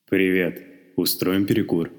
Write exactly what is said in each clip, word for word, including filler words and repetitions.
Привет. Устроим перекур.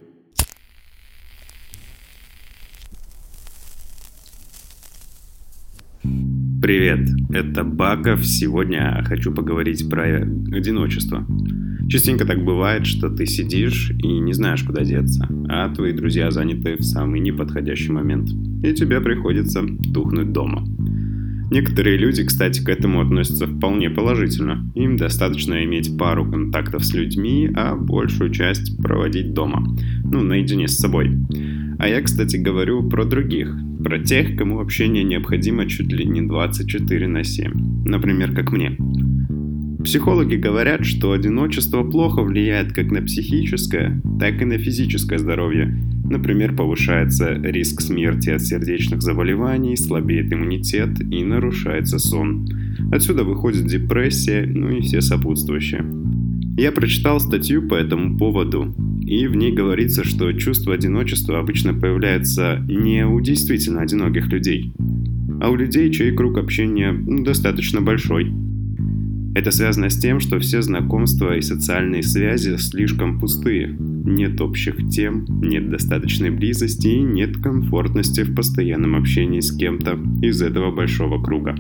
Привет, это Баков. Сегодня хочу поговорить про одиночество. Частенько так бывает, что ты сидишь и не знаешь, куда деться, а твои друзья заняты в самый неподходящий момент, и тебе приходится тухнуть дома. Некоторые люди, кстати, к этому относятся вполне положительно. Им достаточно иметь пару контактов с людьми, а большую часть проводить дома. Ну, наедине с собой. А я, кстати, говорю про других. Про тех, кому общение необходимо чуть ли не двадцать четыре на семь. Например, как мне. Психологи говорят, что одиночество плохо влияет как на психическое, так и на физическое здоровье. Например, повышается риск смерти от сердечных заболеваний, слабеет иммунитет и нарушается сон. Отсюда выходит депрессия, ну и все сопутствующие. Я прочитал статью по этому поводу, и в ней говорится, что чувство одиночества обычно появляется не у действительно одиноких людей, а у людей, чей круг общения достаточно большой. Это связано с тем, что все знакомства и социальные связи слишком пустые. Нет общих тем, нет достаточной близости и нет комфортности в постоянном общении с кем-то из этого большого круга.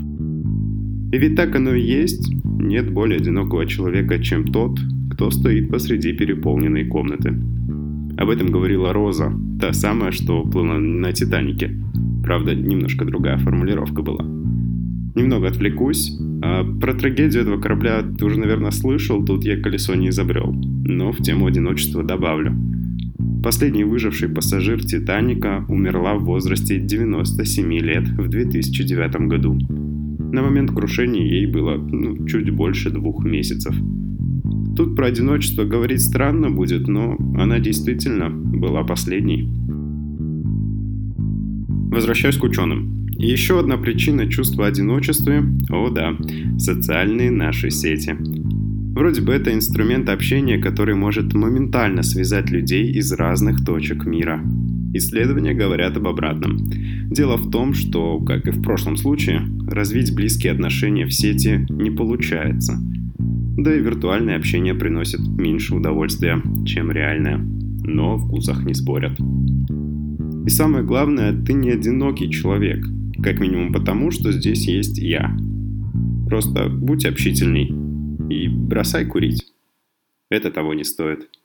И ведь так оно и есть. Нет более одинокого человека, чем тот, кто стоит посреди переполненной комнаты. Об этом говорила Роза, та самая, что плыла на Титанике. Правда, немножко другая формулировка была. Немного отвлекусь. А про трагедию этого корабля ты уже, наверное, слышал, тут я колесо не изобрел. Но в тему одиночества добавлю. Последний выживший пассажир Титаника умерла в возрасте девяноста семи лет в две тысячи девятом году. На момент крушения ей было ну, чуть больше двух месяцев. Тут про одиночество говорить странно будет, но она действительно была последней. Возвращаюсь к ученым. И еще одна причина чувства одиночества – о да, социальные наши сети. Вроде бы это инструмент общения, который может моментально связать людей из разных точек мира. Исследования говорят об обратном. Дело в том, что, как и в прошлом случае, развить близкие отношения в сети не получается. Да и виртуальное общение приносит меньше удовольствия, чем реальное. Но о вкусах не спорят. И самое главное, ты не одинокий человек. Как минимум потому, что здесь есть я. Просто будь общительней и бросай курить. Это того не стоит.